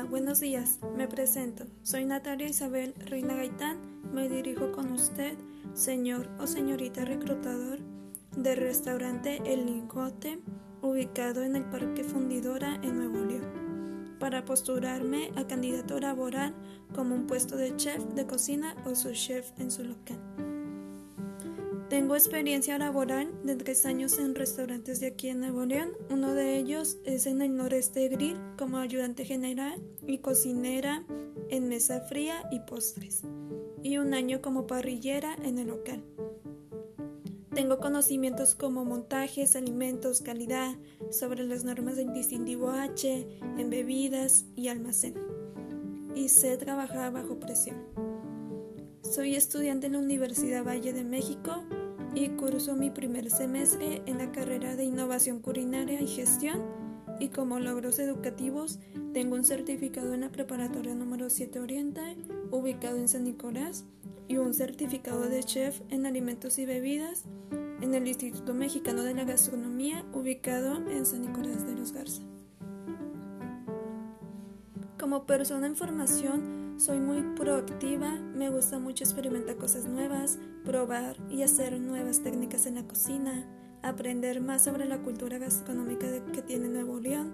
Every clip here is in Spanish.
buenos días, me presento. Soy Natalia Isabel Reina Gaitán. Me dirijo con usted, señor o señorita reclutador, del restaurante El Lingote, ubicado en el Parque Fundidora en Nuevo León, para postularme a candidato laboral como un puesto de chef de cocina o subchef en su local. Tengo experiencia laboral de 3 años en restaurantes de aquí en Nuevo León. Uno de ellos es en el Noreste Grill como ayudante general y cocinera en mesa fría y postres, y 1 año como parrillera en el local. Tengo conocimientos como montajes, alimentos, calidad, sobre las normas del distintivo H, en bebidas y almacén, y sé trabajar bajo presión. Soy estudiante en la Universidad Valle de México y curso mi primer semestre en la carrera de Innovación Culinaria y Gestión, y como logros educativos tengo un certificado en la preparatoria número 7 Oriente, ubicado en San Nicolás, y un certificado de chef en alimentos y bebidas en el Instituto Mexicano de la Gastronomía, ubicado en San Nicolás de los Garza. Como persona en formación, soy muy proactiva, me gusta mucho experimentar cosas nuevas, probar y hacer nuevas técnicas en la cocina, aprender más sobre la cultura gastronómica que tiene Nuevo León.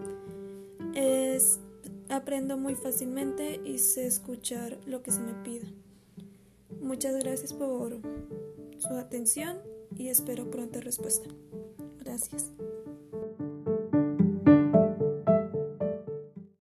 Aprendo muy fácilmente y sé escuchar lo que se me pida. Muchas gracias por su atención y espero pronta respuesta. Gracias.